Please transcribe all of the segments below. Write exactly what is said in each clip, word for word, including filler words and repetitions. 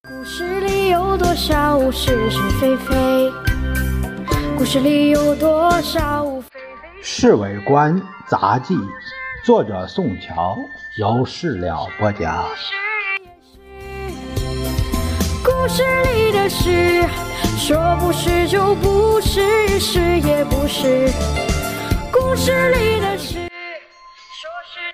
故事里有多少是是非非？故事里有多少非非？ 侍卫官杂记，作者宋乔，由事了播讲。 故事里的事，说不是就不是，是也不是。故事里的事，说是。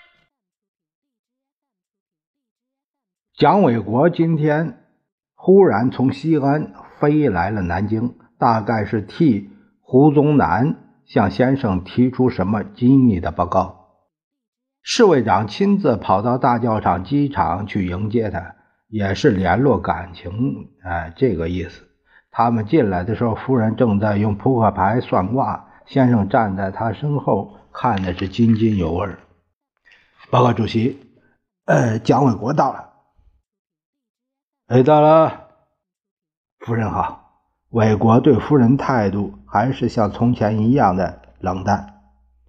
蒋纬国今天忽然从西安飞来了南京，大概是替胡宗南向先生提出什么机密的报告。侍卫长亲自跑到大教场机场去迎接他，也是联络感情，哎，这个意思。他们进来的时候，夫人正在用扑克牌算卦，先生站在他身后，看的是津津有味。报告主席，呃，蒋纬国到了。哎，到了。夫人好。纬国对夫人态度还是像从前一样的冷淡。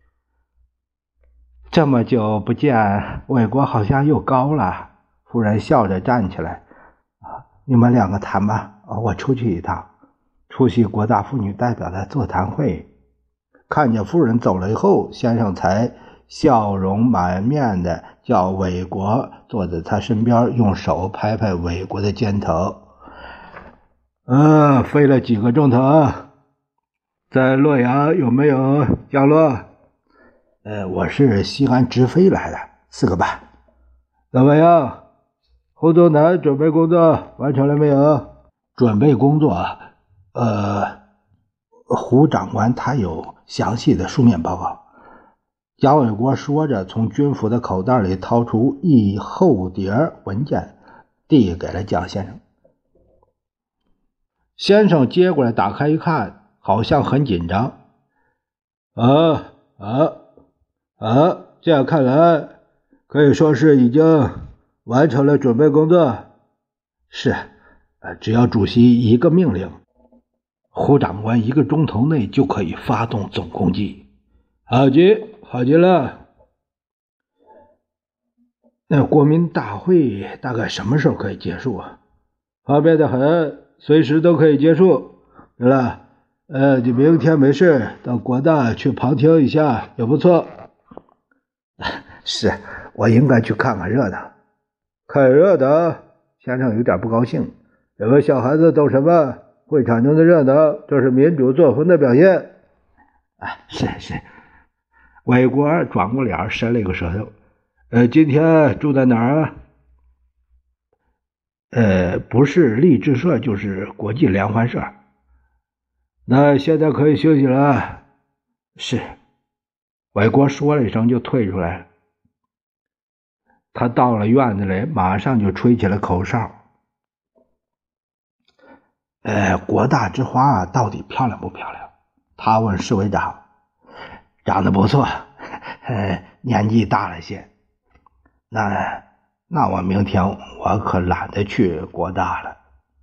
这么久不见，纬国好像又高了。夫人笑着站起来，啊，你们两个谈吧，啊，我出去一趟，出席国大妇女代表的座谈会。看见夫人走了以后，先生才笑容满面的叫纬国坐在他身边，用手拍拍纬国的肩头。嗯，飞了几个钟头，在洛阳有没有降落？呃，我是西安直飞来的，四个半。怎么样？胡宗南准备工作完成了没有？准备工作，呃，胡长官他有详细的书面报告。蒋纬国说着，从军服的口袋里掏出一厚叠文件，递给了蒋先生。先生接过来打开一看，好像很紧张。啊啊啊！这样看来，可以说是已经完成了准备工作。是，呃，只要主席一个命令，胡长官一个钟头内就可以发动总攻击。好极，好极了。那国民大会大概什么时候可以结束啊？方便得很，随时都可以结束。对了，呃，你明天没事到国大去旁听一下也不错。是，我应该去看看热闹。看热闹？先生有点不高兴。你们小孩子懂什么？会场中的热闹，这是民主作风的表现。啊，是是。纬国转过脸，伸了一个舌头。呃，今天住在哪儿啊？呃，不是励志社，就是国际联欢社。那现在可以休息了。是。纬国说了一声就退出来了。他到了院子里，马上就吹起了口哨。呃，国大之花到底漂亮不漂亮？他问侍卫长。长得不错，呃，年纪大了些。那那我明天我可懒得去国大了。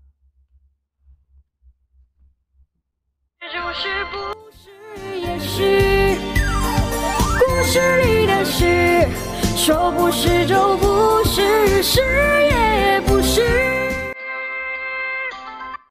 就是不是也是，故事里的事，说不是就不是，是也不是。